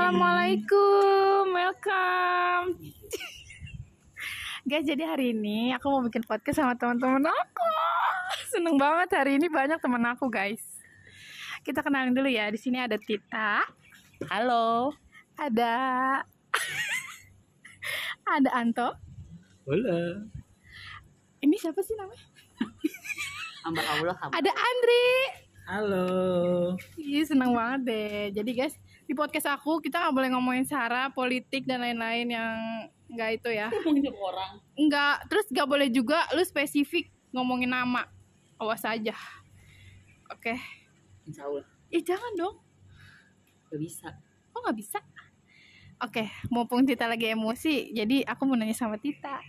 Assalamualaikum, welcome. Guys, jadi hari ini aku mau bikin podcast sama teman-teman aku. Seneng banget hari ini banyak teman aku, guys. Kita kenalin dulu ya. Di sini ada Tita. Halo. Ada ada Anto. Halo. Ini siapa sih namanya? Hamba Allah. Ada Andri. Halo. Iya, seneng banget deh. Jadi guys, di podcast aku kita nggak boleh ngomongin sara, politik dan lain-lain yang nggak itu ya. Ngomongin orang. Nggak, terus nggak boleh juga lu spesifik ngomongin nama. Awas aja. Oke. Insya Allah. Jangan dong. Gak bisa. Kok nggak bisa? Oke, mumpung Tita lagi emosi, jadi aku mau nanya sama Tita.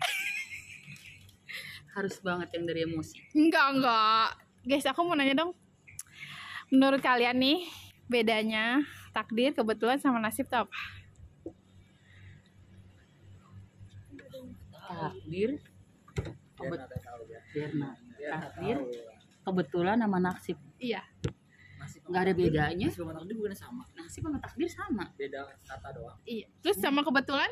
Harus banget yang dari emosi. Enggak. Guys, aku mau nanya dong. Menurut kalian nih, bedanya takdir, kebetulan sama nasib itu apa? Takdir. Takdir. Kebetulan sama nasib. Iya. Nggak ada bedanya. Nasib sama takdir bukan sama. Nasib sama takdir sama. Beda kata doang. Iya. Terus sama kebetulan?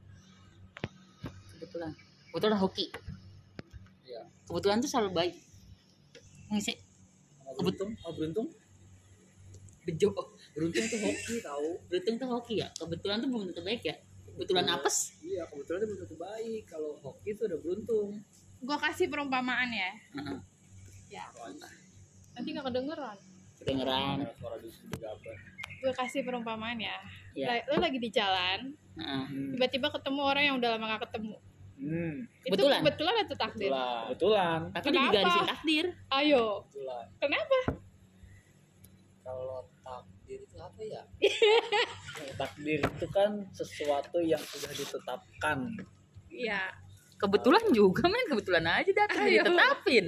Kebetulan hoki. Iya. Kebetulan tuh selalu baik. Nggak sih? Beruntung. Bejo. Beruntung tuh hoki tahu. Beruntung tuh hoki ya. Kebetulan tuh belum tentu baik ya. Kebetulan apes. Iya, kebetulan itu belum tentu baik. Kalau hoki itu udah beruntung. Gua kasih perumpamaan ya. Heeh. Ya. Nanti nggak kedengeran. Kedengeran. Suara di sini gabar. Gue kasih perumpamaan ya. Ya. Lo lagi di jalan, Heeh. tiba-tiba ketemu orang yang udah lama gak ketemu. Itu Kebetulan. kebetulan atau takdir? Kebetulan. Tapi Kenapa? dia digarisin takdir. Ayo. Kebetulan. Kenapa? Kalau takdir itu apa ya? Takdir itu kan sesuatu yang sudah ditetapkan. Iya. Kebetulan juga men, kebetulan aja datang Ayo. ditetapin.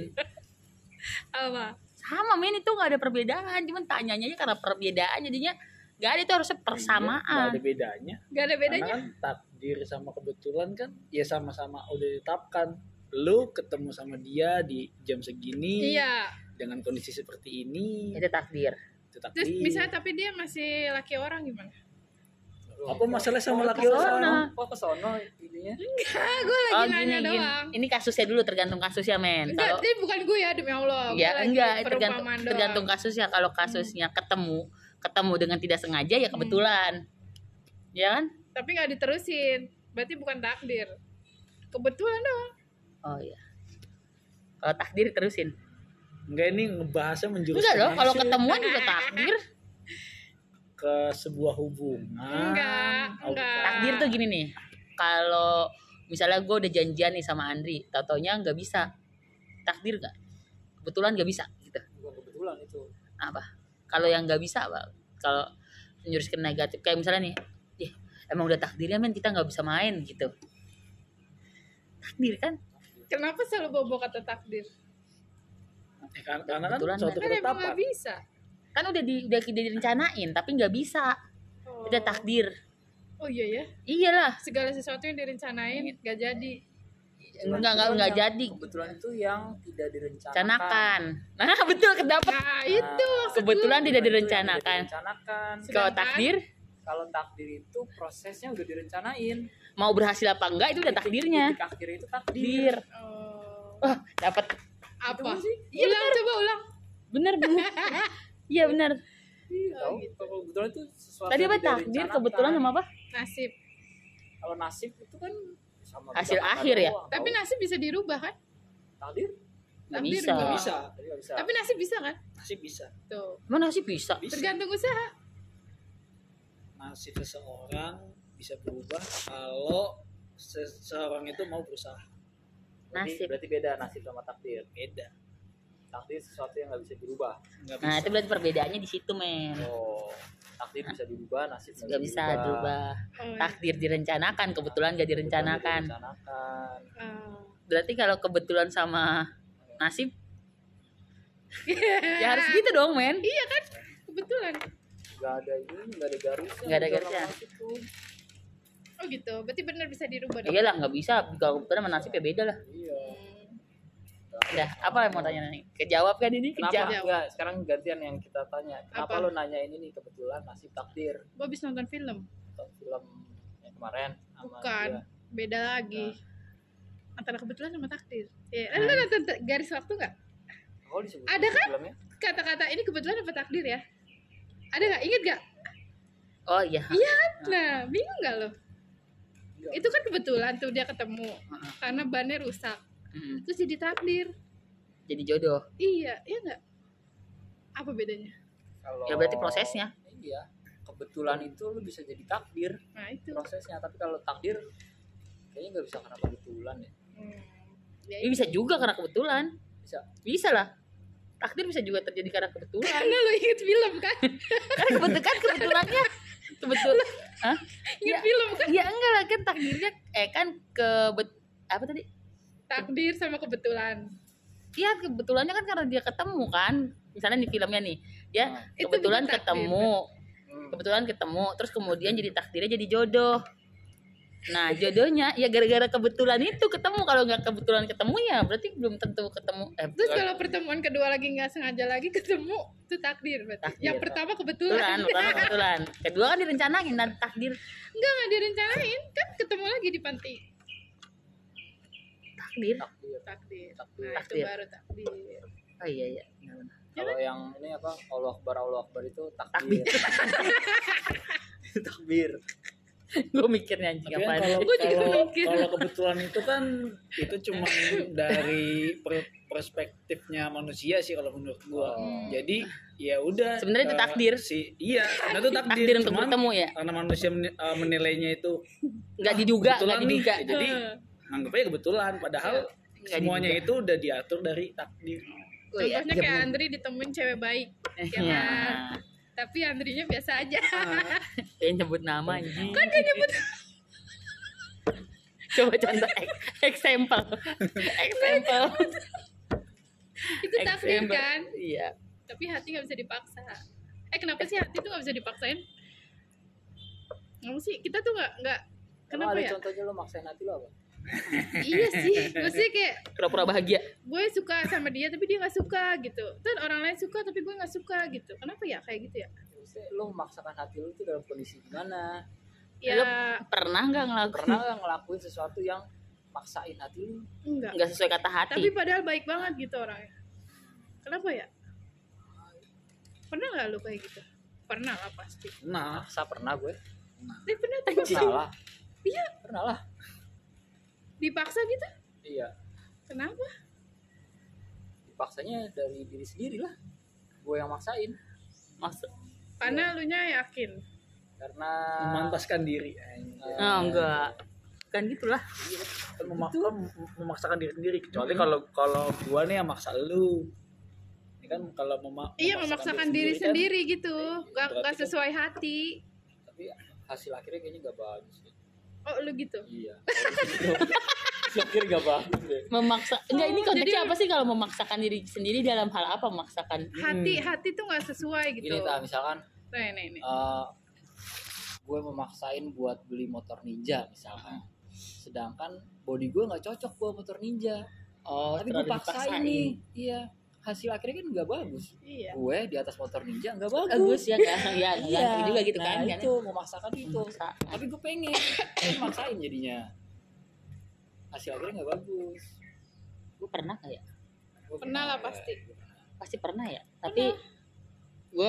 Apa? Sama men, itu nggak ada perbedaan, cuman tanyanya aja karena perbedaan jadinya nggak ada, itu harusnya Nggak persamaan. ada bedanya. Gak ada bedanya. Karena kan takdir sama kebetulan kan ya sama-sama udah ditetapkan. Lu ketemu sama dia di jam segini Iya. dengan kondisi seperti ini. Itu takdir. Itu takdir. Terus misalnya tapi dia masih laki orang gimana? Apa masalah sama laki orang? Kok kesono ininya? Ah, gue lagi nanya gini. doang. Ini kasusnya dulu, tergantung kasusnya men. Enggak, Kalau ini bukan gue ya, demi Allah. Gue ya lagi enggak, perumpamaan doang. tergantung kasusnya. Kalau kasusnya ketemu dengan tidak sengaja ya kebetulan. Ya kan? Tapi nggak diterusin. Berarti bukan takdir. Kebetulan doang. Oh iya. Kalau takdir terusin. Enggak, ini ngebahasnya menjurus Enggak dong, kalau langsung ketemuan juga takdir. ke sebuah hubungan. Enggak. Takdir tuh gini nih, kalau misalnya gue udah janjian nih sama Andri, tau-taunya nggak bisa, takdir nggak? Kebetulan nggak bisa gitu. Bukan kebetulan itu. Apa? Kalau yang nggak bisa apa? Kalau menjurus ke negatif, kayak misalnya nih, emang udah takdirnya men kita nggak bisa main gitu. Takdir kan? Kenapa selalu bawa kata takdir? Karena kan Kebetulan suatu Kan emang ketetapan. nggak bisa. Kan udah direncanain, tapi nggak bisa. Oh. Udah takdir. Oh iya ya. Iyalah, Segala sesuatu yang direncanain nggak jadi. nggak jadi. Kebetulan itu yang tidak direncanakan. Canakan. Nah betul, kedapet. Nah itu maksud Kebetulan gue. tidak direncanakan. Direncanakan. Kalau takdir, Kalau takdir itu prosesnya udah direncanain. mau berhasil apa enggak itu udah takdirnya. Titik akhir itu takdir. Takdir. Oh. Wah, dapat. Apa? Itu sih. Ulang, coba ulang. Bener. Iya bener. Iya, Oh, tahu. gitu. Kalau kebetulan itu sesuatu Tadi yang apa tidak takdir, direncanakan. kebetulan sama apa? Nasib. Kalau nasib itu kan sama Hasil beda kata akhir ya? doang, Tapi tahu. nasib bisa dirubah kan? takdir Nggak Takdir bisa. nggak juga. bisa. Jadi nggak bisa. Tapi nasib bisa kan? Nasib bisa. Tuh. Mana sih bisa? Bisa. Tergantung usaha. Nasib seseorang bisa berubah kalau seseorang itu mau berusaha. Nasib. Berarti beda nasib sama takdir. Beda. Takdir sesuatu yang nggak bisa dirubah. Nggak Nah itu berarti perbedaannya di situ men. Oh, takdir bisa dirubah, nasib Nggak bisa dirubah. Oh, Takdir direncanakan, kebetulan nggak direncanakan. Direncanakan. Berarti kalau kebetulan sama nasib, ya harus gitu dong men. Iya kan? Kebetulan. Nggak ada ini, nggak ada garisnya. Nggak ada di dalam garisnya. nasib tuh. Oh gitu. Berarti benar bisa dirubah dong. Iyalah nggak bisa. Kalau kebetulan sama nasib ya beda lah. Iya. Udah, apa yang mau tanya nih? Kejawab kan ini? Kenapa? Kejawab. Enggak, sekarang gantian yang kita tanya. Kenapa Apa? lo nanya ini nih kebetulan nasib takdir? Gue habis nonton film. nonton film yang kemarin sama Bukan, dia. beda lagi. Antara kebetulan sama takdir. Ya, lu Nah. nonton Garis Waktu nggak? Oh, disebut Ada kan? filmnya? Kata-kata ini kebetulan apa takdir ya? Ada nggak? Ingat nggak? Oh iya. Nah, bingung nggak lo? Iya. Itu kan kebetulan tuh dia ketemu karena bannya rusak. Mm-mm. Terus jadi takdir. Jadi jodoh. Iya nggak? Apa bedanya? Kalau Ya berarti prosesnya. Iya. Kebetulan itu lu bisa jadi takdir Nah itu. prosesnya, tapi kalau takdir kayaknya nggak bisa karena kebetulan ya. Ya, Ini bisa juga karena kebetulan. Bisa. Bisa lah. Takdir bisa juga terjadi karena kebetulan. karena lo inget film kan? Kan kebetulannya Hah? Inget film kan? Ya enggak lah kan takdirnya kan apa tadi? Takdir sama kebetulan. Iya kebetulannya kan karena dia ketemu kan. Misalnya di filmnya nih, ya Nah, itu kebetulan bukan takdir. ketemu. Kebetulan ketemu, terus kemudian jadi takdirnya jadi jodoh. Nah jodohnya ya gara-gara kebetulan itu ketemu. Kalau nggak kebetulan ketemu ya berarti belum tentu ketemu. Terus kalau pertemuan kedua lagi nggak sengaja lagi ketemu, itu takdir berarti. Takdir. Yang pertama kebetulan, kebetulan. kebetulan. Kedua kan direncanain dan takdir. Nggak direncanain, kan ketemu lagi di panti. Takdir. takdir. Takdir. Takdir. Nah, itu Takdir. baru takdir. Oh iya iya. Benar-benar. Kalau yang ini apa Allah Akbar itu takdir. Takbir. Gue mikirnya anjing Tapi kan apaan. kalau kebetulan itu kan itu cuma dari perspektifnya manusia sih kalau menurut gua. Hmm. Jadi ya udah. Sebenarnya itu takdir. Iya, karena itu takdir. Takdir untuk Cuman bertemu ya. karena manusia menilainya itu Nggak diduga, kebetulan nggak diduga. nih. Jadi anggapnya kebetulan padahal Nggak semuanya diduga. itu udah diatur dari takdir. Oh, iya. Contohnya kayak Andri ditemuin cewek baik, ya Iya. kan? Tapi Andrinya biasa aja. Kayak nyebut nama anjing. Kan dia nyebut. Coba contoh example. Itu takdir Example. kan? Iya. Tapi hati nggak bisa dipaksa. Kenapa sih hati tuh nggak bisa dipaksain? Nggak sih, kita tuh nggak. Emang Kenapa ada ya? contohnya lo maksain hati lo apa? Iya sih, maksudnya kayak Pura-pura bahagia. gue suka sama dia tapi dia nggak suka gitu. Dan orang lain suka tapi gue nggak suka gitu. Kenapa ya kayak gitu ya? Maksudnya lo memaksakan hati lo itu dalam kondisi gimana? Ya Pernah nggak ngelakuin? Pernah nggak ngelakuin sesuatu yang maksain hati lo? enggak. Nggak sesuai kata hati. Tapi padahal baik banget gitu orangnya. Kenapa ya? Pernah nggak lu kayak gitu? Pernah lah pasti. Nah, pernah gue. Pernah tuh Pernah lah. Iya, Pernah lah. dipaksa gitu. Iya. Kenapa? Dipaksanya dari diri sendiri lah. Gue yang maksain. Maksud? Karena lu nya yakin. Karena memantaskan diri. Oh, enggak. Kan gitulah. Kan memaksakan diri sendiri. Kecuali kalau gua nih yang maksa lu. Ini kan kalau Iya, memaksakan diri kan, sendiri gitu. Gak berarti kan- sesuai hati. tapi hasil akhirnya kayaknya gak bagus. Oh, lu gitu. Iya. Hasil akhirnya gak bagus deh. Memaksa. Enggak, ini Oh, konteksnya jadi- apa sih kalau memaksakan diri sendiri dalam hal apa memaksakan? Hati tuh nggak sesuai gitu. Gini misalkan Nih. gue memaksain buat beli motor ninja misalkan. Sedangkan body gue nggak cocok buat motor ninja. Oh, Tapi gue terlalu paksain nih. Iya. Hasil akhirnya kan nggak bagus. Iya. Gue di atas motor ninja nggak bagus. Bagus ya kan? Ya, Iya. ganti juga gitu Nah, kan. itu memaksakan itu. Memaksa. Tapi gue pengen. Tapi maksain jadinya. Hasil akhirnya nggak bagus. Gue pernah kayak? Gua Pernah lah ya. pasti. Pasti pernah ya. Tapi gue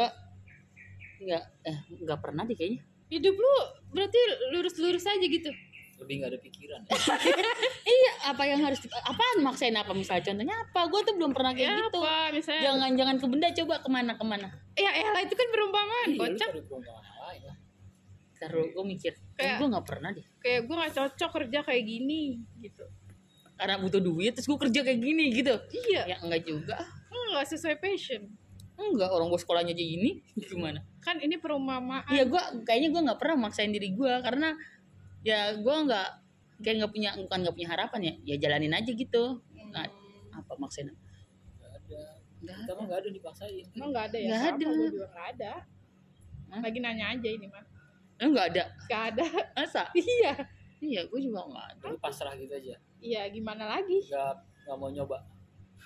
nggak pernah deh kayaknya. Hidup lu berarti lurus-lurus aja gitu. Lebih nggak ada pikiran. Iya, apa yang harus apaan maksain apa misalnya contohnya apa? Gue tuh belum pernah kayak Ya gitu. apa misalnya? Jangan ke benda, coba kemana? Ya elah itu kan perumpamaan, Iya, lu kocak. cari perumpamaan lain lah. Taruh gue mikir, Kayak- gue nggak pernah deh. Kayak gue nggak cocok kerja kayak gini gitu. Karena butuh duit, terus gue kerja kayak gini gitu. Iya. Ya enggak juga. Nggak sesuai passion. Enggak, orang gue sekolahnya aja gini, gimana? Kan ini perumpamaan. Iya, kayaknya gue nggak pernah maksain diri gue karena ya gue nggak punya harapan ya jalanin aja gitu. Nggak, apa maksain? Nggak ada. Nggak Kita mah nggak ada dipaksain. Emang nggak ada ya? Nggak Sama, ada. Gue juga nggak ada. Hah? Lagi nanya aja ini mah. Nggak ada. Nggak ada. Masa? Iya. Iya, gue juga nggak ada. Lu pasrah gitu aja. Iya gimana lagi? Nggak mau nyoba.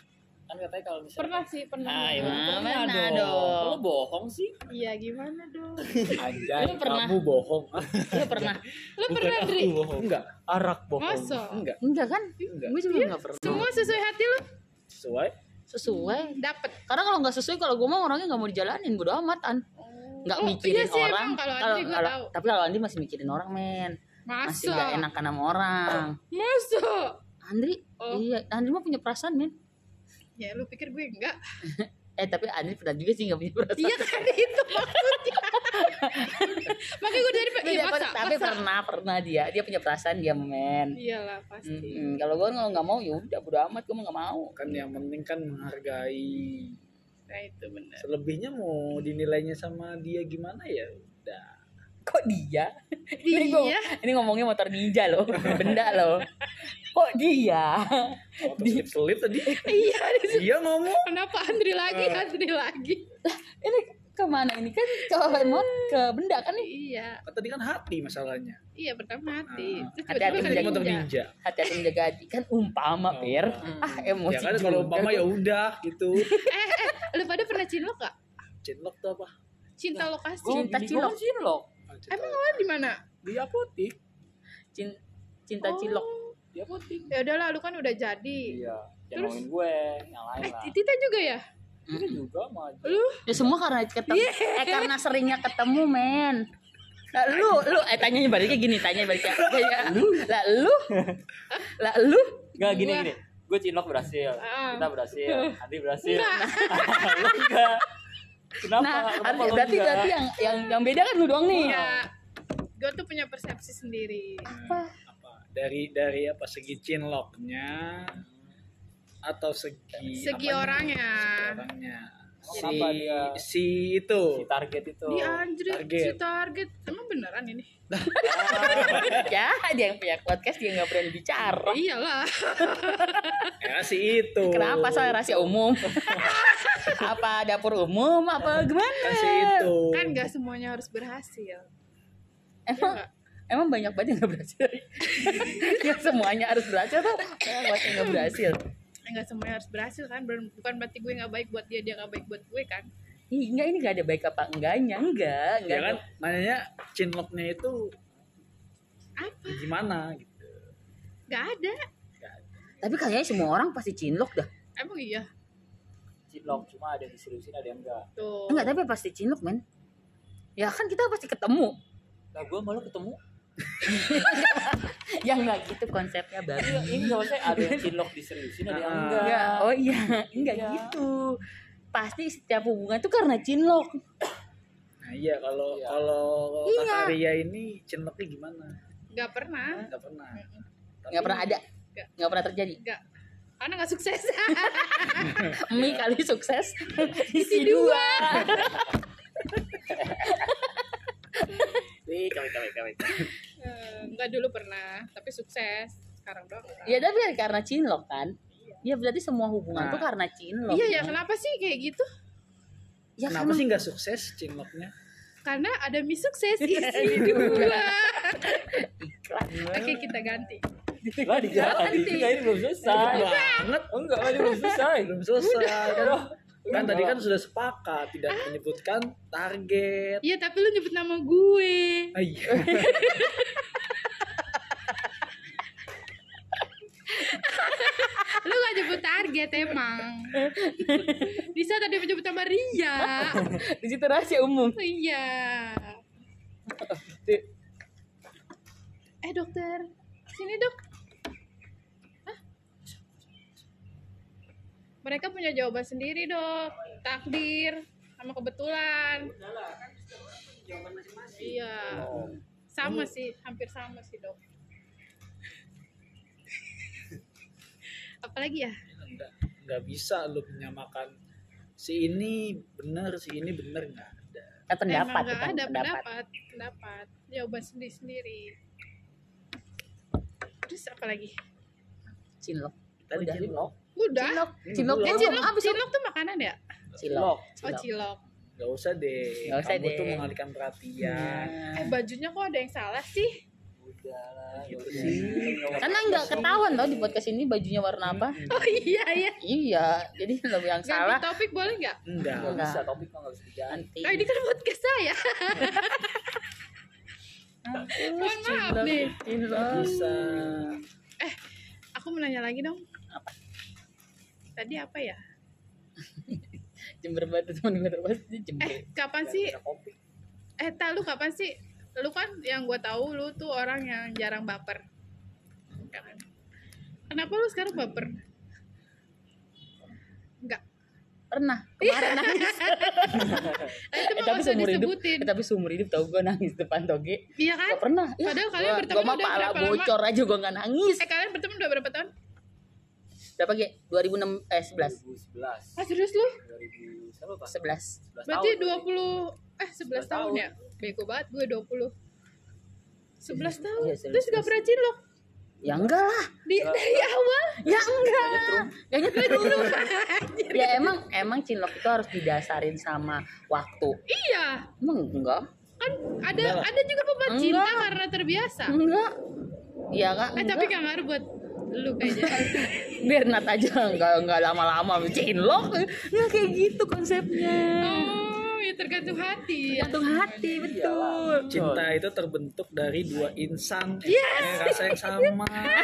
Kan katanya kalau misalnya Pernah sih, pernah. ya Pernah pernah dong. dong. Lo bohong sih. Iya, gimana dong? Anjay, Lu pernah? kamu bohong. Lu pernah? Lu pernah, Dri? bohong. Enggak, arak bohong. Masa? Enggak, Enggak kan? enggak. Gue juga enggak pernah. Semua sesuai hati lu? Sesuai. Sesuai. Dapet. Karena kalau nggak sesuai, kalau gue mah orangnya nggak mau dijalanin, bodo amatan. Nggak mikirin iya sih, orang. emang kalau Andri gue tahu. Tapi kalau Andi masih mikirin orang, men. Masih Masa? nggak enakan sama orang. Masa? Andri, Oh. iya, Andri mah punya perasaan, men. Ya lu pikir gue enggak? Tapi Andri pernah juga sih nggak punya perasaan. Iya kan itu maksudnya. Makanya gue dari Tapi iya, masa? tapi pernah dia punya perasaan dia, men. Iyalah pasti. Kalau gue nggak mau, ya udah bodo amat, gue mah nggak mau. Kan yang penting kan menghargai. Nah itu benar. Selebihnya mau dinilainya sama dia gimana ya udah. Kok dia? Iya. Ini ngomongnya motor ninja loh, benda loh. Kok dia? Selip tadi. Iya. Dia ngomong. Kenapa Andri lagi? Andri lagi. Ini kemana ini kan ke benda kan nih? Iya. Tadi kan hati masalahnya. Iya pertama hati. Terus Hati-hati tiba-tiba menjaga Motor ninja. ninja. Hati-hati menjaga hati kan umpama Pir. Emosi. Ya kan kalau umpama ya udah gitu. Lu pada pernah cinlok gak? Cinlok tuh apa? Cinta lokasi. Cinta cilok. Cinlok. Emang awalnya di mana? Di apotik. Cinta cilok. Di apotik. Ya udahlah, lu kan udah jadi. Iya. Terus? Jangan gue, yang lain lah. Tita juga ya? Itu juga mah. Lu? Ya semua karena ketemu. Karena seringnya ketemu, men. Lah lu tanyanya baliknya gini, tanya baliknya. Lah lu. Enggak gini Gua- gini. Gue cinlok berhasil. Ah. Kita berhasil. Andi berhasil. Enggak. Lu enggak. Kenapa? Nah, Kenapa lu berarti enggak? yang beda kan lu doang nih. Ya. Gue tuh punya persepsi sendiri. Apa? Dari apa segi cinloknya atau segi Segi apanya? orangnya. Segi orangnya. Kenapa dia? Si itu. Si target itu. Di anjrit Target. si target. Emang beneran ini? Ya, dia yang punya podcast dia nggak berani bicara. Iyalah. Ya si itu. Kenapa soal rahasia umum? Apa dapur umum? Apa gimana? Kan si itu. Kan gak semuanya harus berhasil. Emang Iya nggak? emang banyak banget yang nggak berhasil. Yang semuanya harus berhasil tuh banyak banget yang nggak berhasil. Enggak semuanya harus berhasil kan. Bukan berarti gue gak baik buat dia gak baik buat gue kan. Ih, enggak, ini nggak ada baik apa enggaknya, enggak Ya kan ada. nanya cinloknya itu Apa? gimana gitu. Gak ada. Tapi kayaknya semua orang pasti cinlok dah. Emang iya? Cinlok cuma ada yang diseriusin ada yang enggak. Tuh. Enggak, tapi pasti cinlok, men. Ya kan kita pasti ketemu. Nah, gue malu ketemu. Ya enggak gitu konsepnya, Bang. Ini enggak usah ada yang cinlok diseriusin ada yang enggak. Enggak, oh iya, enggak Iya. gitu. Pasti setiap hubungan tuh karena cinlok. Nah iya kalau Iya. kalau Iya. Kak Ria ini cinloknya gimana? Gak pernah. Nggak pernah. Enggak pernah ada. Enggak. Enggak pernah terjadi. Gak. Karena gak sukses. Mie kali sukses. Isi dua. Kami. Enggak dulu pernah. Tapi sukses. Sekarang doang. enggak. Ya tapi karena cinlok kan. Ya berarti semua hubungan Nah. tuh karena cinlok. Iya ya, kan? kenapa sih kayak gitu? Ya Kenapa karena- sih nggak sukses cinloknya? Karena ada mie sukses isi dua. iklan. Oke, kita ganti. Lah diganti. Enggak, ini belum selesai. Banget. Enggak, ini belum selesai. Belum selesai. Kan tadi kan Enggak. sudah sepakat tidak menyebutkan target. Iya, tapi lu nyebut nama gue. Ah, iya. Lu gak nyebut target emang. Bisa tadi menyebut nama Ria. Di situ rahasia umum. Iya. Dokter. Sini, Dok. Hah? Mereka punya jawaban sendiri, Dok. Takdir sama kebetulan. Iya. Sama sih, hampir sama sih, Dok. Apalagi ya? Nggak bisa lu menyamakan si ini benar si ini benar nggak ada. Kan pendapat, Emang nggak bukan ada pendapat. pendapat. Jawaban sendiri-sendiri. Terus apa lagi? Cinlok. Tadi Udah. cinlok. Udah. Cinlok. Ini Cinlok. belum. Cilok, Abis itu. cilok tuh makanan ya? Cilok. Oh, cilok. Nggak usah deh. Nggak usah Kamu tuh deh. mengalihkan perhatian. Nah. Bajunya kok ada yang salah sih? Udah lah. Gitu nggak sih. usah. Karena nggak ketahuan tau di podcast ini bajunya warna apa. Oh iya ya. Iya, jadi lebih yang Ganti salah topik boleh nggak? Enggak. Nggak bisa, topik mah nggak bisa diganti. nanti. Nah, ini kan podcast saya. Mohon maaf nih. Bisa. Aku mau nanya lagi dong. Tadi apa ya? Jember batu teman gue terus di Jember. Kapan sih? Bisa kopi. Lu kapan sih? Lu kan yang gue tahu lu tuh orang yang jarang baper. Kan? Kenapa lu sekarang baper? Enggak. Pernah kemarin nangis. Nah, itu mah tapi nggak usah seumur hidup, disebutin. tapi seumur hidup tau gue nangis depan Toge. Iya kan? Gak pernah. Ya, Padahal kalian berteman gua mah udah pala berapa lama? bocor aja gue nggak nangis. Kalian berteman udah berapa tahun? Berapa Ge? 2006 11 2011. Ah serius lu? 2000 siapa Pak? 11. 11 Berarti tahun. 11 tahun ya? Bego banget gue 20. 11 tahun. Iya, Terus gak pernah cilok Ya enggak lah. dari awal. Ya enggak. Nyetrum. Ya nyetrum. Ya emang cinlok itu harus didasarin sama waktu. Iya. Emang enggak? Kan ada juga pemain Enggak. cinta karena terbiasa. Enggak. Iya Kak. Tapi gak ngaruh buat lu kayaknya. Biar Nat aja enggak lama-lama cinlok. Enggak kayak gitu konsepnya. Oh, ya tergantung hati. Tergantung hati, betul. Cinta itu terbentuk dari dua insan yang rasa yang sama.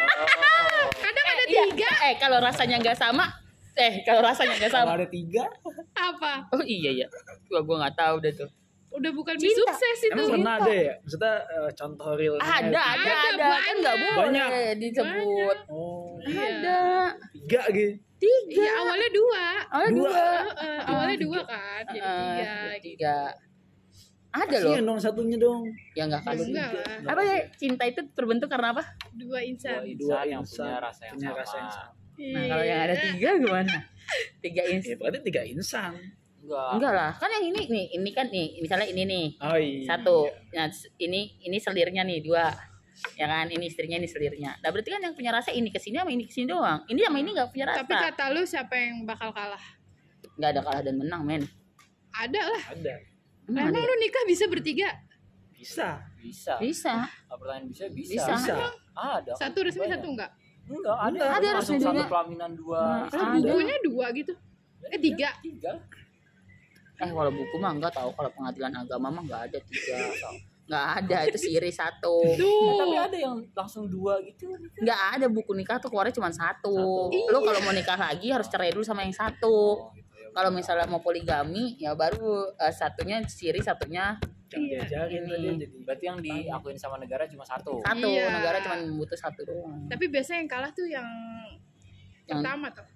Kadang ada Iya. tiga. Kalau rasanya enggak sama, kalau rasanya enggak Kalau sama. ada tiga, Apa? Oh iya ya. Gua enggak tahu deh tuh. Udah bukan Cinta. sukses itu. emang pernah ada ya? Maksudnya contoh realnya? Ada kan enggak boleh Banyak. disebut. Oh, Iya. Ada. tiga gitu. Tiga. Iya, awalnya dua. Dua. Awalnya dua kan, jadi tiga. Tiga. Ada loh. Kasihan dong satunya dong. Ya enggak Ya, kali. enggak lah. Apa ya? Cinta itu terbentuk karena apa? Dua insan. Dua Insan yang insan punya rasa yang punya sama. rasa yang sama. Nah, kalau yang ada tiga gimana? Tiga Ya insan. berarti tiga insan. Enggak lah. Kan yang ini kan nih, misalnya ini nih. Oh iya. Satu. Nah, ini selirnya nih, dua. Ya kan, ini istrinya, ini selirnya. Nah, berarti kan yang punya rasa ini kesini sama ini kesini doang. Ini sama ini enggak punya rasa. Tapi kata lu siapa yang bakal kalah? Enggak ada kalah dan menang, men. Ada lah. Ada. Emang Emang ada? lu nikah bisa bertiga? Bisa. Bisa. Bisa. Pertanyaan bisa. Bisa. Bisa. Ada. Satu resmi, Banyak. satu enggak? Enggak, ada. Ada Langsung resmi satu juga. pelaminan dua. Nah, istri. Oh, ada. bukunya dua gitu. Tiga. Tiga. Kalau buku mah enggak tahu, kalau pengadilan agama mah enggak ada tiga. Enggak ada, itu siri satu. Tapi Tuh. ada yang langsung dua gitu. Enggak ada buku nikah tuh keluarnya cuma satu. Satu. Lu kalau mau nikah lagi harus cerai dulu sama yang satu. Oh, gitu ya. Kalau misalnya mau poligami ya baru satunya siri, satunya Yang diajarin Ini. tadi jadi. Berarti yang diakuin sama negara cuma satu. satu. Iya. Negara cuma butuh satu doang. Tapi biasanya yang kalah tuh yang Yang pertama tuh.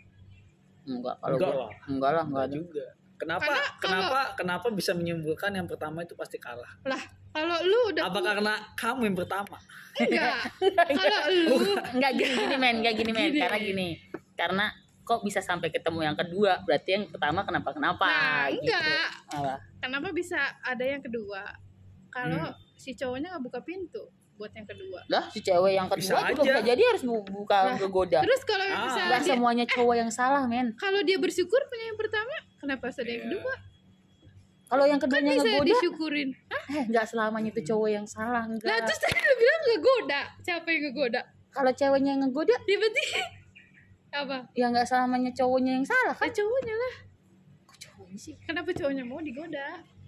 enggak kalau Enggak gua- lah. enggak lah, enggak ada. juga. Kenapa Karena kenapa bisa menyimpulkan yang pertama itu pasti kalah? Lah, kalau lu udah Apa karena kamu yang pertama? enggak. Kalau lu Enggak gini men, karena gini. Karena kok bisa sampai ketemu yang kedua, berarti yang pertama kenapa Nah, gitu. enggak. Apa? Kenapa bisa ada yang kedua? Kalau si cowoknya nggak buka pintu buat yang kedua. Lah si cewek yang Bisa kedua juga aja. bisa jadi harus buka Nah, kegoda. Terus kalau Ah. misalnya Enggak dia, semuanya cowok yang salah, men. kalau dia bersyukur punya yang pertama, kenapa harus ada yang Iya. kedua? Kalau yang Kan keduanya bisa ngegoda, disyukurin. Hah? enggak selamanya itu cowok yang salah, Lah enggak. terus tadi lu bilang ngegoda. Siapa yang ngegoda? Kalau ceweknya yang ngegoda, Dia berarti apa? ya enggak selamanya cowoknya yang salah kan? Kan cowoknya lah. Kok cowoknya sih? Kenapa cowoknya mau digoda?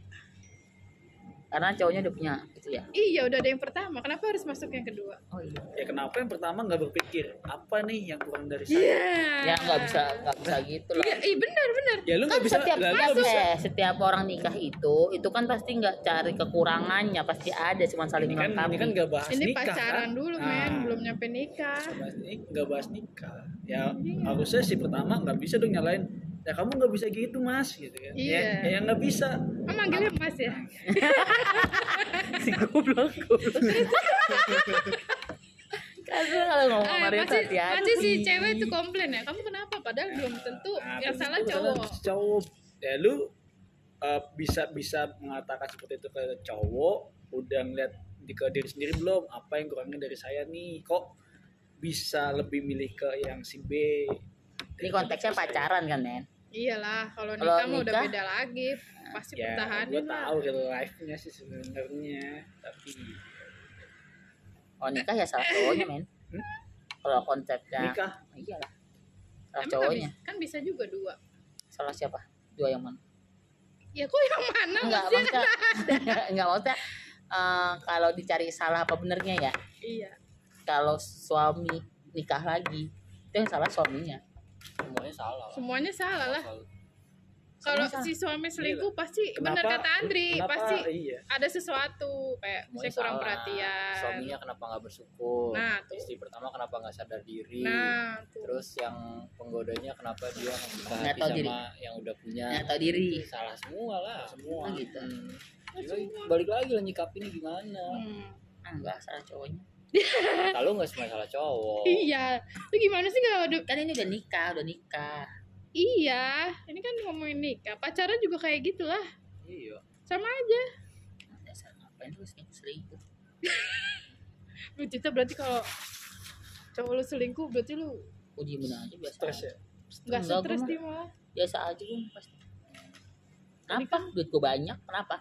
Karena cowoknya udah punya gitu ya. Iya, udah ada yang pertama. Kenapa harus masuk yang kedua? Oh iya. Ya kenapa yang pertama nggak berpikir apa nih yang kurang dari saya? Iya. Ya enggak bisa gitu lah. Iya, benar. Ya lu Kan nggak bisa, setiap lah, lu nggak bisa. setiap orang nikah itu kan pasti nggak cari kekurangannya, pasti ada, cuma saling Ini kan melengkapi. nggak bahas Ini nikah pacaran kan? dulu, Nah, men. Belum nyampe nikah. nggak bahas nikah. Ya harusnya si pertama nggak bisa dong nyalain. Ya kamu nggak bisa gitu mas, gitu kan? Iya. Ya nggak bisa. Oh, manggilnya Mas ya? Si goblok. Karena kalau ngomong sama Mario Pasti hati-hati. si cewek tuh komplain ya. Kamu kenapa? Padahal belum tentu Nah, yang terus salah itu cowok. Cowok. Ya lu bisa mengatakan seperti itu ke cowok. Udah ngeliat ke diri sendiri belum? Apa yang kurangnya dari saya nih? Kok bisa lebih milih ke yang si B? Ini konteksnya pacaran kan, men? Iyalah, kalau Kalau nikah mah udah nikah, beda lagi. Pasti Ya, pertahanan gue lah. tahu real life-nya sih sebenarnya, tapi Oh nikah ya salah cowoknya men. Kalau konsepnya Nikah. iyalah. Salah Emang cowoknya. kan bisa juga 2. Salah siapa? Dua yang mana? Ya kok yang mana Enggak maksudnya? maksudnya. Enggak maksudnya. Kalau dicari salah apa benernya ya. Iya. Kalau suami nikah lagi itu yang salah suaminya. Semuanya salah. Semuanya salah lah. Salah. Kalau Salah. si suami selingkuh pasti benar kata Andri, kenapa, pasti iya. ada sesuatu kayak Semuanya misalnya kurang salah. perhatian. Suaminya kenapa nggak bersyukur? Nah, tuh. Istri pertama kenapa nggak sadar diri? Nah, tuh. Terus yang penggodanya kenapa dia Nggak hati tahu sama diri. yang udah punya? Nggak tahu diri. Salah semua lah. Semua. Oh, gitu. Jadi balik lagi lah nyikapinnya gimana? Enggak salah cowoknya. Kalau nggak semua salah cowok. Iya. Itu gimana sih nggak ada? Kan ini udah nikah. Iya. Ini kan ngomongin nikah. Pacaran juga kayak gitulah. Iya. Sama aja. Dasar ngapain lu selingkuh? Lu Cita berarti kalau cowok lu selingkuh berarti lu Oh diemin aja biasa. Stres ya. nggak Enggak, stres gua dia malah. Biasa aja gue pasti. Kenapa? Duit gue banyak. Kenapa?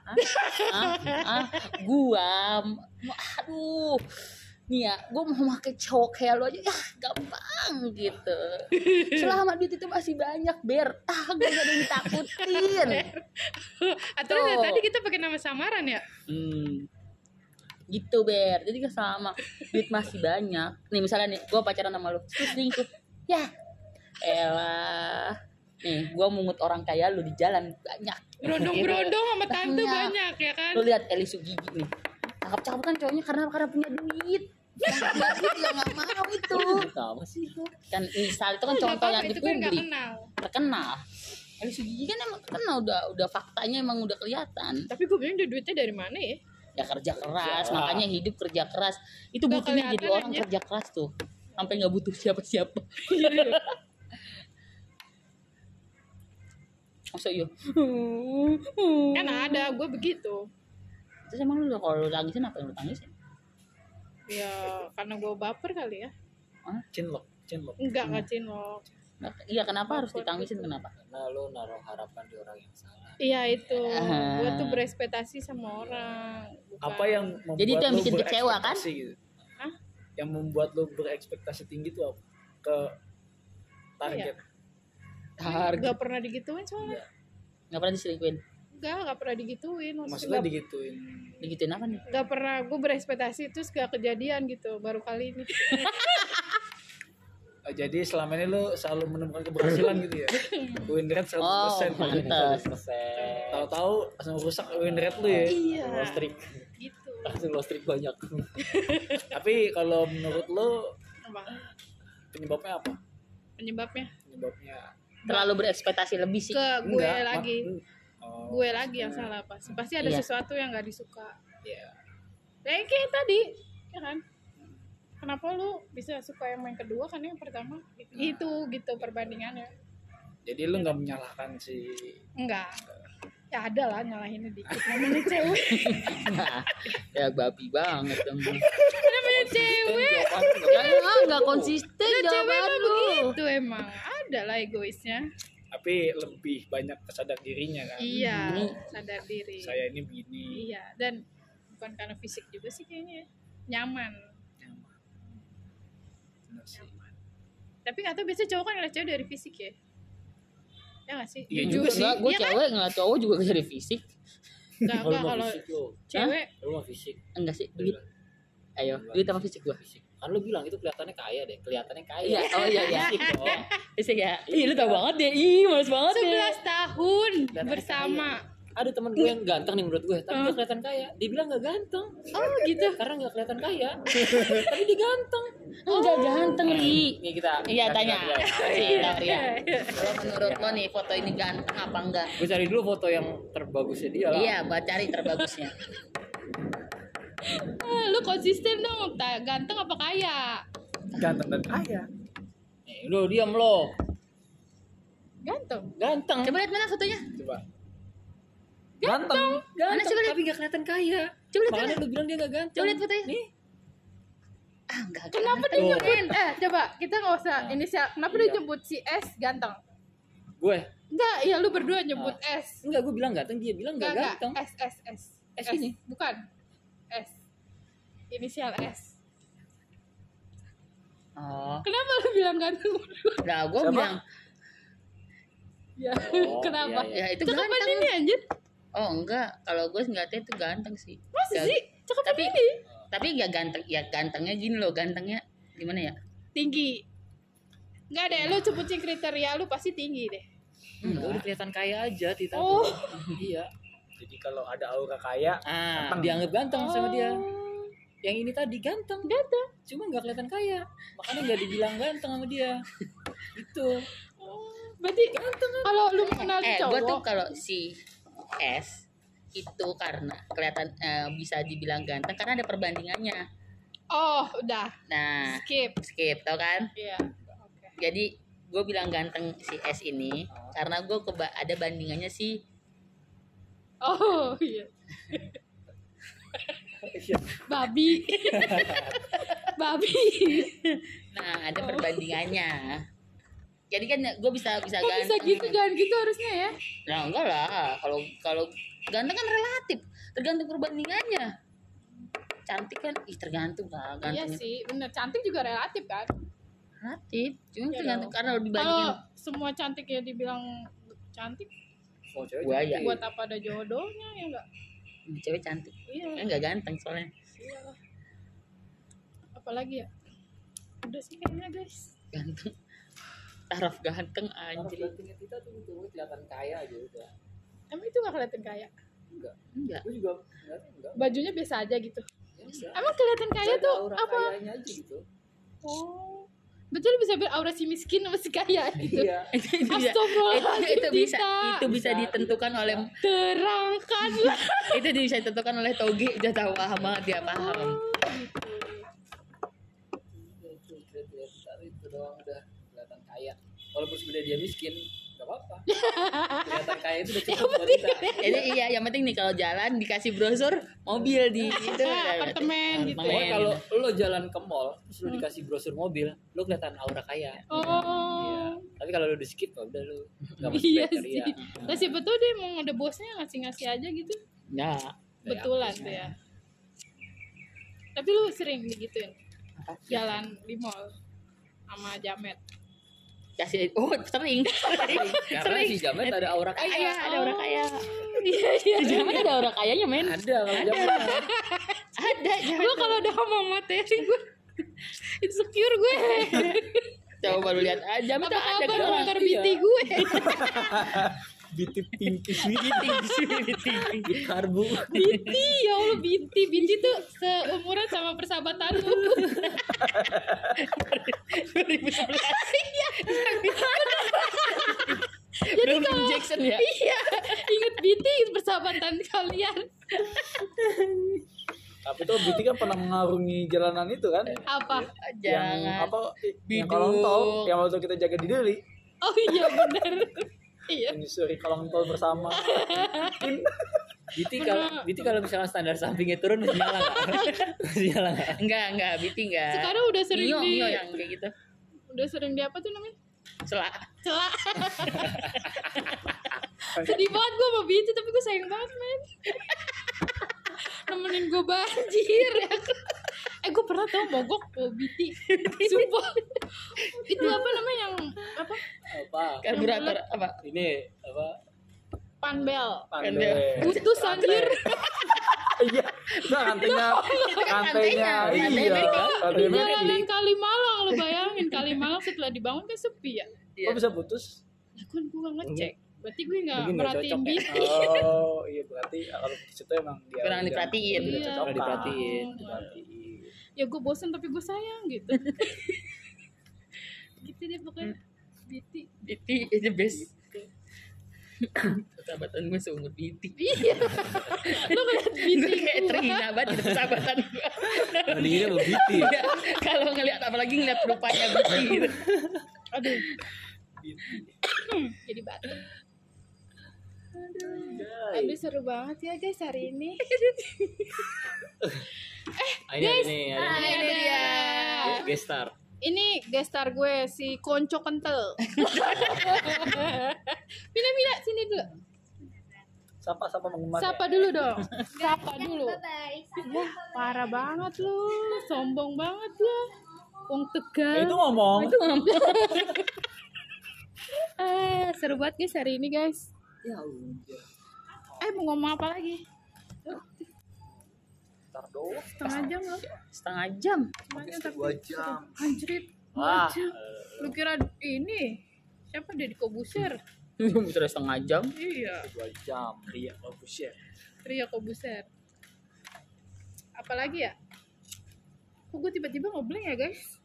Aduh. Nih ya, gue mau pakai cowok kayak lo aja, ya gampang gitu. Selama duit itu masih banyak, Ber. Gue gak ada yang ditakutin. Atau Tuh. dari tadi kita pakai nama samaran ya? Gitu, Ber. Jadi gak sama. Duit masih banyak. Nih misalnya nih, gue pacaran sama lo, terus selingkuh. Ya, elah. Nih, gue mungut orang kaya lu di jalan banyak. Berondong-berondong sama tante Banyak. banyak ya kan? Lu lihat Eli Sugigi nih. Cakep-cakep kan cowoknya karena punya duit. Yang gak punya duit ya gak mau itu. Apa sih itu? Kan misal itu kan Nggak contoh apa-apa, yang di itu kan nggak publik. kenal. Terkenal. Eli Sugigi kan emang terkenal udah faktanya emang udah kelihatan. Tapi gue bilang dia duitnya dari mana ya? Ya kerja keras, Kerja. makanya hidup kerja keras. Itu Nggak butuhnya jadi kelihatan orang aja. kerja keras tuh. Sampai nggak butuh siapa-siapa. Masa iya? Kan ada, gue begitu. Terus emang lu kalau lu tangisin apa yang lu tangisin? Ya karena gue baper kali ya. Cinlok. Enggak cinlok. Iya kenapa harus ditangisin kenapa? Karena lu naruh harapan di orang yang salah. Iya itu. Ah. Gue tuh berekspektasi sama orang. Bukan. Apa yang membuat Jadi itu yang lu bikin kecewa, kan? berekspektasi gitu? Hah? Yang membuat lu berekspektasi tinggi tuh apa? Ke target. Gak pernah digituin soalnya. Nggak pernah diselingkuhin? Gak pernah digituin. Maksudnya digituin. Digituin apa nih? Gak pernah gue berekspektasi terus gak kejadian gitu. Baru kali ini. Jadi selama ini lu selalu menemukan keberhasilan gitu ya. Win rate 100%. Oh, pantas. Tahu-tahu langsung rusak win rate lu ya. Iya. Low streak. Gitu. Langsung low streak banyak. Tapi kalau menurut lu Apa? penyebabnya apa? Penyebabnya Penyebabnya Terlalu berekspektasi lebih sih. ke gue enggak, lagi. Oh, Gue lagi yang salah pasti. Pasti ada Iya. sesuatu yang gak disuka. ya. Kayak tadi, ya kan? Kenapa lu bisa suka yang main kedua kan yang pertama? Gitu perbandingannya. Jadi lu nggak menyalahkan si Enggak. Ya ada lah nyalahinnya dikit. Namanya cewek. Nah, ya babi banget emang. Namanya cewek. Ya nggak konsisten Ya, cewek jawaban mah lu. begitu emang. Ada lah egoisnya. tapi lebih banyak kesadar dirinya kan. Iya, Ini. sadar diri. Saya ini begini. Iya, dan bukan karena fisik juga sih kayaknya. Nyaman. Benar sih. Tapi nggak tahu biasanya cowok kan ngeliat cewek dari fisik ya. Ya nggak sih? Iya Jujur juga sih. Enggak, gue Iya kan? cewek ngeliat cowok juga dari fisik. Nggak, Kalau mah kalau fisik lu. cewek Lu mah fisik. Enggak sih, duit. Ayo, duit sama fisik gua. Fisik. Kan lu bilang itu kelihatannya kaya deh. Kelihatannya kaya. Iya, oh iya iya. Fisik dong. Fisik ya. Ih, lu tau banget deh. Ih, males banget deh. 11 tahun Dan bersama. Ada teman gue yang ganteng nih menurut gue, tapi dia kelihatan kaya. Dia bilang gak ganteng. Oh gitu. Karena gak kelihatan kaya. Tapi dia ganteng. Enggak ganteng, Ri. Nih kita. Iya, tanya. Si Iya. Tauria. Kalau menurut lo nih foto ini ganteng apa enggak? Gue cari dulu foto yang terbagusnya dia lah. Iya, buat cari terbagusnya. Lu konsisten dong, ganteng apa kaya? Ganteng dan kaya. Nih, lu diam lo. Ganteng. Ganteng. Coba lihat mana fotonya. Coba. Ganteng. Mana coba lihat? Tapi gak kelihatan kaya. Coba lihat Makanya mana? lu bilang dia gak ganteng. Coba lihat fotonya. Nih. Ah, enggak. Kenapa dia nyebut? Coba kita nggak usah inisial. Kenapa dia nyebut si S ganteng? Gue. Enggak, ya lu berdua nyebut S. Enggak, gue bilang ganteng. Dia bilang gak ganteng. S. S ini? Bukan. S. Inisial S. Oh, Kenapa lu bilang ganteng? nah gue Siapa? bilang Ya, Oh, kenapa? iya, ya itu Cakepan ganteng. ini anjir. Oh enggak, kalau gue ngeliatnya itu ganteng sih. Masa Gak- sih? Cakepan tapi ini tapi nggak ganteng, ya gantengnya gini loh, gantengnya gimana ya? tinggi. Enggak deh, lu sebutin kriteria lu pasti tinggi deh. Enggak, udah kelihatan kaya aja Tita. Oh. Iya. Jadi kalau ada aura kaya, Dianggap ganteng sama dia. Oh. Yang ini tadi ganteng. Cuma nggak kelihatan kaya. Makanya nggak dibilang ganteng sama dia. Itu. Berarti kalau lu mengenal Gue cowok, tuh kalau si S itu karena kelihatan bisa dibilang ganteng karena ada perbandingannya. oh udah Nah, skip. tau kan? Iya. Oke. Jadi gue bilang ganteng si S ini karena gue ada bandingannya si Oh iya. Babi. Babi. nah ada perbandingannya. Jadi kan gue bisa Kok bisa ganteng. gitu? Jangan gitu harusnya ya. Nah enggak lah, kalau ganteng kan relatif, tergantung perbandingannya. Cantik kan, tergantung lah Iya gantengnya. sih, bener. Cantik juga relatif kan. Relatif, cuma Iya tergantung dong. karena Kalau dibandingin. semua cantik ya dibilang cantik, oh cewek Buaya. cantik. buat apa ada jodohnya ya enggak? Cewek cantik, Iya. enggak ganteng soalnya. Iyalah. Apalagi ya? Udah sih kayaknya guys. Ganteng. Taraf ganteng Kalau anjir. gantengnya Tita tuh kelihatan kaya aja udah. Emang itu gak kelihatan kaya? Enggak. Gue juga enggak. Bajunya biasa aja gitu. Biasa. Emang kelihatan kaya tuh Aura apa? kayanya aja gitu. Oh. Betul bisa aura si miskin sama si kaya gitu. Iya. itu bisa Astagfirullahaladzim, itu bisa Tita. itu bisa ditentukan oleh Terangkanlah. itu bisa ditentukan oleh Togi, udah tahu paham banget, dia paham. Itu kriteria itu doang udah kelihatan kaya. Walaupun sebenarnya dia miskin, enggak apa-apa. Kelihatan kaya itu udah cukup buat kita. Jadi iya, yang penting nih kalau jalan dikasih brosur mobil di itu Apartemen gitu. Pokoknya kalau lo jalan ke mall terus lo dikasih brosur mobil, lo kelihatan aura kaya. Iya. Oh. Tapi kalau lo di skip udah lo enggak masuk Iya kriteria. sih. Nah siapa tuh dia emang ada bosnya ngasih-ngasih aja gitu. ya Betulan tuh ya. Tapi lu sering digituin? Jalan di mall sama Jamet. kasih sering Karena si Jamet ada aura kaya. kaya, ada orang kaya. Iya iya. Di zaman ada orang kayanya men. Ada kalau Jamet. Ada Gue kalau udah sama materi gue insecure gue. coba baru lihat aja Apa ada kabar orang komentar BT gue? Bitip tingkis widi. Bit karbu. BT ya Allah BT tuh seumuran sama persahabatan lu. 2011. Jadi kalau Jackson ya. Iya, inget BT persahabatan kalian. Tapi tuh BT kan pernah mengarungi jalanan itu kan? Apa? Yang Jangan. apa? Yang Biduk. kolong tol, yang waktu kita jaga di Deli, Oh iya benar. Iya. menyusuri kolong tol bersama. Biti kalau misalnya standar sampingnya turun masih nyala enggak? Masih nyala enggak? Enggak, BT enggak. Sekarang udah sering Mio, di Mio yang kayak gitu. udah sering di apa tuh namanya? Celak. Celak. Sedih banget gue sama BT tapi gue sayang banget men. Nemenin gue banjir ya. Gue pernah tau mogok ke BT. Sumpah. Itu apa namanya yang apa? Apa? Karburator apa? Ini apa? Panbel. Pandai. Putus anjir. Iya, nah rantainya, Rantainya, iya, rantainya rantainya Jalanan Kalimalang lo bayangin Kalimalang setelah dibangun kan sepi ya. kok bisa putus? Ya kan gue gak ngecek. Berarti gue gak Mungkin nggak merhatiin cocok ya. BT. Oh, iya berarti kalau putus itu emang dia Kurang udah- diperhatiin. udah Iya. cocok. Kurang diperhatiin. Diperhatiin. Ya gue bosen tapi gue sayang gitu. Gitu deh pokoknya. BT. BT is the best. Persahabatan gue seumur BT. Iya. Lo ngeliat BT Gue kayak gue. terhina banget di persahabatan gue. Bandinginnya sama Biti. Iya, kalau ngelihat apalagi ngeliat rupanya BT gitu. Aduh. Jadi batuk. Aduh seru banget ya guys hari ini. Ini ada Ini ada. gestar. Ini gestar gue si Konco Kentel. Mina sini dulu. Sapa mengemas. Sapa dulu dong. Sapa dulu. Ya, parah banget lu. Sombong banget lu. Wong Ya, Tegal. itu ngomong. Itu ngomong. Seru banget guys hari ini guys. Ya udah. Mau ngomong apa lagi? Ntar doang. Setengah jam loh. Setengah jam. Setengah jam, 2 jam. Anjrit. Wah. Lu kira ini siapa Deddy Kobuser? Sudah setengah jam. Iya, 2 jam. Iya, bagus ya. Ria Kobuser. Apalagi ya? Kok gue tiba-tiba ngobrol ya guys?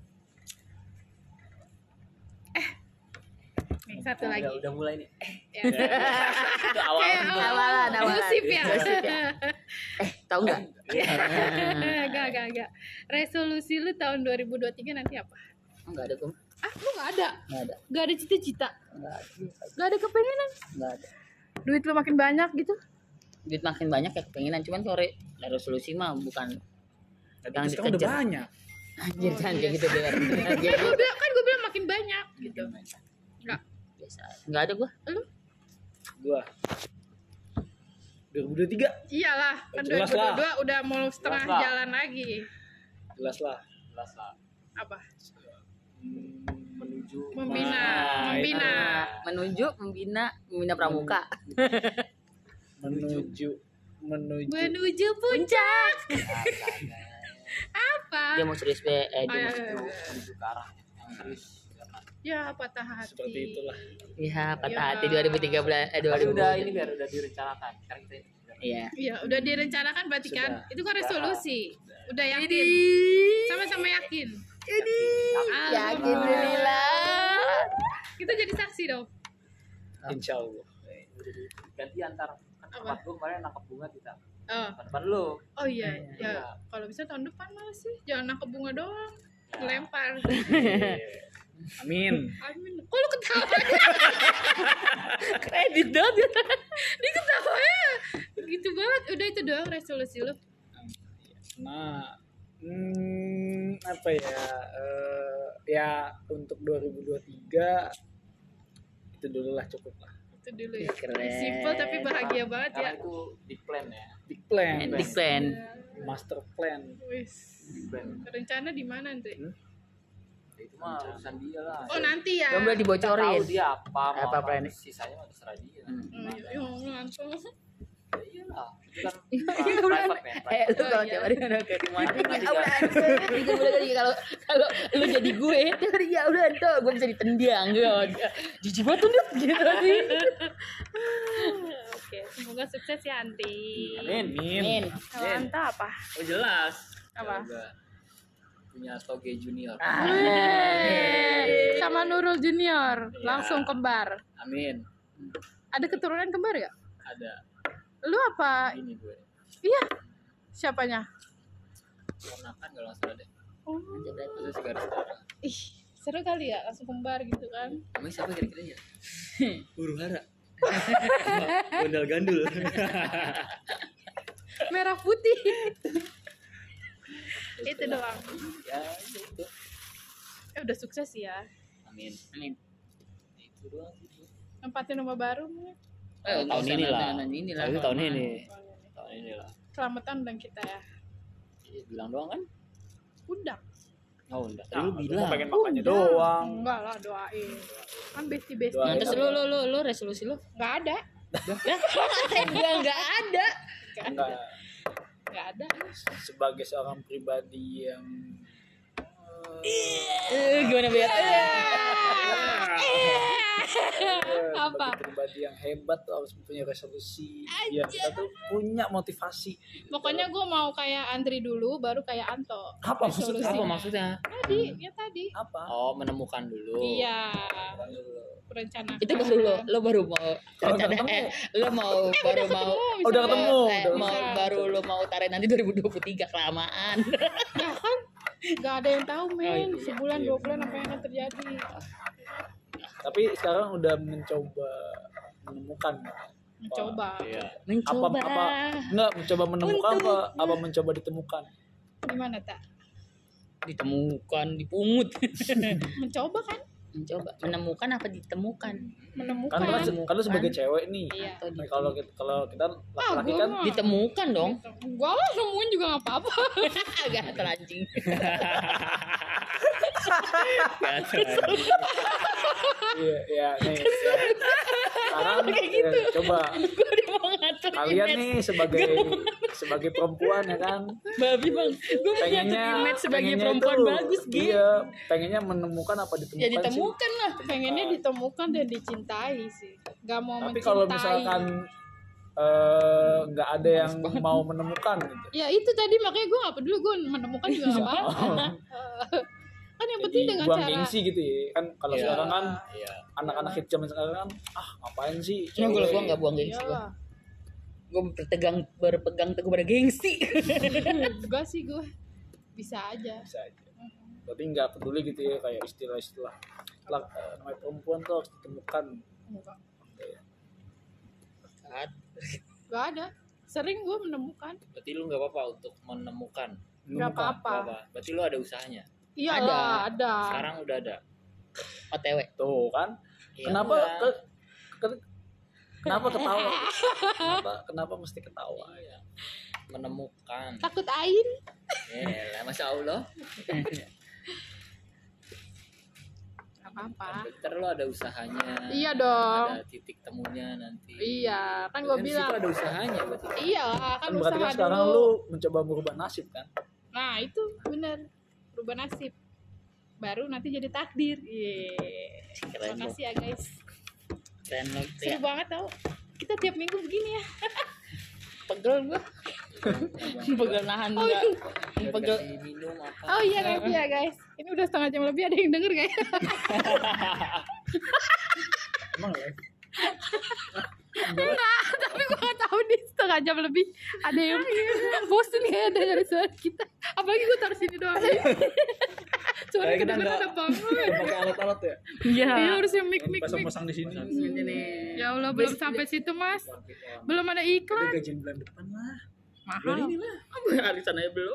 Nih satu lagi. Udah mulai nih. Ya. Itu awal. Kayak Awalan. gosip ya. Gosip ya. Tahu nggak? Gak. Resolusi lu tahun 2023 nanti apa? Enggak ada kum. Lu gak ada? Enggak ada. Gak ada cita-cita? Enggak ada. Gak ada kepengenan? Enggak ada. Duit lu makin banyak gitu? Duit makin banyak ya kepengenan, cuman sore resolusi mah bukan yang Sekarang udah dikejar. banyak. Anjir jangan kayak gitu deh. Gue bilang makin banyak gitu. Enggak. Biasa. Enggak ada gua. Gua 2023 Iyalah, kan Jelas lah. 2022 udah mau setengah Jelas lah. jalan lagi. jelas lah. Jelas lah. Apa? Menuju Membina. Membina pramuka. Menuju Menuju puncak. Apa? Dia mau serius dia mau menuju ke arah yang serius. Ya patah hati. seperti itulah. ya patah Ya. hati 2013 Tapi 2000. udah ini biar udah direncanakan. Sekarang kita Iya. Iya, udah direncanakan berarti Sudah. kan? Itu kan resolusi. Udah yakin. Sama-sama yakin. Alhamdulillah. Kita jadi saksi dong. Insya Allah. ganti antar tempat gue kemarin nangkep bunga kita. Oh, Depan lu. oh iya, Iya. ya. Kalau bisa tahun depan malah sih. Jangan nangkep bunga doang. Ngelempar. Amin. Amin. Kok lu ketawa? Kredit dong. Dia ketawanya gitu banget. Udah itu doang resolusi lu. Nah, apa ya? Ya untuk 2023 itu dulu lah, cukup lah. Itu dulu ya. Keren. Simple tapi bahagia banget ya. Karena itu di plan ya. Big plan, Big plan. master plan. Wis. Big plan. Rencana di mana nanti? Ya, itu mah urusan dia lah. Oh, nanti ya. Belum boleh Kita dibocorin. tahu dia apa Apa mau plan? sisanya mah terserah dia. Ya Allah, langsung. Ya iyalah. Itu kan Iya, private ya. Lu kalau tiap hari udah kayak kemana? Ya udah, itu udah tadi kalau lu jadi gue, tiap hari ya udah tuh gue bisa ditendang gitu. Jijik banget tuh gitu sih. Oke, semoga sukses ya Anti. Amin. Min. Kalau Anta apa? Oh jelas. Apa? Semoga punya Toge Junior. Sama Nurul Junior, langsung kembar. Amin. Ada keturunan kembar gak? Ada Lu apa? ini gue. Iya. Siapanya? Ponakan kalau nggak salah deh. Oh, Itu segaris darah. ih, seru kali ya langsung kembar gitu kan. Namanya siapa kira-kira ya? Huru hara. Gondal gandul. Merah putih. Itu doang. Ya itu. Udah sukses ya. Amin. Amin. Itu doang sih. Nempatin rumah baru mungkin. Tahun ini lah. Tahun ini lah. Tahun ini. Tahun ini lah. Selamatan undang kita ya. Iya, bilang doang kan? Undang. Oh, udah. Nah, Lu gua bilang. pengen makannya Undang. doang. Enggak lah, doain. Kan bestie-bestie. Doain. Nah, terus lu resolusi lu? Enggak ada. Enggak ada. Enggak, Enggak ada. sebagai seorang pribadi yang Gimana biar? Apa? sebagai pribadi yang hebat tuh harus punya resolusi. Biar kita tuh punya motivasi. Pokoknya gue mau kayak Andri dulu, baru kayak Anto. Apa maksudnya? Resolusi. Apa maksudnya? Tadi, ya tadi. Apa? Oh, menemukan dulu. Iya. Perencanaan. Itu baru lo baru mau Kalau rencana nggak ketemu. lo mau baru mau Udah ketemu. mau Bisa. baru lo mau tarik nanti 2023 kelamaan. Ya kan? Gak ada yang tahu men. iya. Sebulan, 2 bulan apa yang akan terjadi. Tapi sekarang udah mencoba menemukan. Mencoba. Iya. Mencoba. Enggak mencoba menemukan Untuk- apa mencoba ditemukan. Gimana tak? Ditemukan, dipungut. Mencoba kan? Mencoba menemukan apa ditemukan? Menemukan. Kan lu sebagai cewek nih. Iya. Atau Nah, kalau kita laki-laki gua kan mah. ditemukan dong. Gua lah nemuin juga gak apa-apa. Agak telanjing. Iya, ya nih. Ya. Sekarang ya, coba Gue udah mau ngatur kalian image. nih sebagai perempuan ya kan, Babi bang, gue mau ngatur pengennya image sebagai pengennya perempuan itu, bagus gitu. Iya, pengennya menemukan apa ditemukan Ya sih. ditemukan lah. Pengennya ditemukan dan dicintai sih. Gak mau Tapi mencintai. kalau misalkan nggak ada yang mau menemukan gitu. Ya itu tadi makanya gue gak peduli, gue menemukan juga gak apa-apa. Kan yang penting dengan buang cara gengsi gitu ya kan, kalau Iya. sekarang kan Iya. anak-anak hit zaman sekarang kan ngapain sih Nah, kalau gue cewek? nggak buang gengsi gue. Iyalah. Gue berpegang teguh pada gengsi. Enggak sih gue. Bisa aja. Bisa aja. Berarti nggak peduli gitu ya kayak istilah-istilah namanya perempuan tuh harus ditemukan. Enggak. Kan? Gak ada. Sering gue menemukan. Berarti lu nggak apa-apa untuk menemukan. Gak Menemukan. apa-apa. Nggak apa. Berarti lu ada usahanya. Iyalah, ada. Sekarang udah ada. OTW. Tuh kan. Iya, Kenapa udah. kenapa ketawa? Kenapa mesti ketawa? Iya. Menemukan. Takut ain. Ya, masya Allah. Gak apa-apa. Ntar lu ada usahanya. Iya dong. Ada titik temunya nanti. Iya, kan gue Kan di situ bilang. ada usahanya berarti. Iya, kan Kan berarti kan usaha sekarang dulu. lu mencoba merubah nasib kan? Nah, itu bener. Berubah nasib. Baru nanti jadi takdir. Iya. Keren Terima kasih ya guys. Keren lo. Seru banget tau. Kita tiap minggu begini ya. Pegel gue. Pegel nahan enggak. Pegel. Kasih minum apa? Oh iya guys, ya guys. Ini udah setengah jam lebih, ada yang denger gak ya? Emang ya? Enggak, tapi gue gak tahu nih setengah jam lebih ada yang bosen ya denger suara kita. Apalagi gue taruh sini doang. Suara Kayak kita kedengeran nggak- ada banget. Pakai alat-alat ya? Iya. Iya harusnya mic. Pasang-pasang di sini. Ya Allah, belum sampai situ mas. Belum ada Tapi iklan. gajian bulan depan lah. Mahal. Arisan aja belum.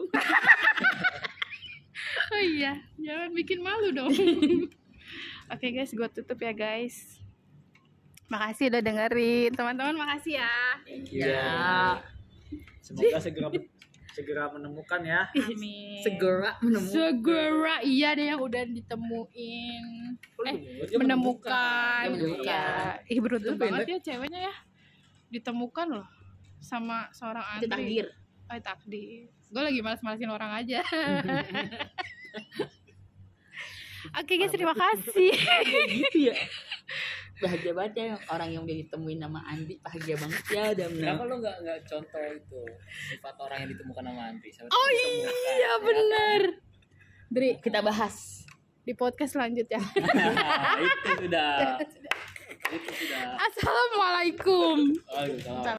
Oh iya, jangan bikin malu dong. Oke guys, gue tutup ya guys. Makasih udah dengerin, teman-teman. Makasih ya. Ya. Semoga segera menemukan ya. Amin. Segera menemukan. Segera iya deh yang udah ditemuin. Menemukan. Menemukan. Iya. Ih beruntung Lu banget ya ceweknya ya. Ditemukan loh sama seorang Itu Andri. takdir. Oh, takdir. Gue lagi malas-malasin orang aja. Oke guys, terima kasih. Gitu ya. Bahagia banget ya orang yang udah ditemuin nama Andi, bahagia banget ya dan Kenapa lu nggak contoh itu sifat orang yang ditemukan sama Andri? Oh iya bener. Dri, kita bahas. di podcast selanjutnya. Itu sudah. Itu sudah. Assalamualaikum. Waalaikumsalam.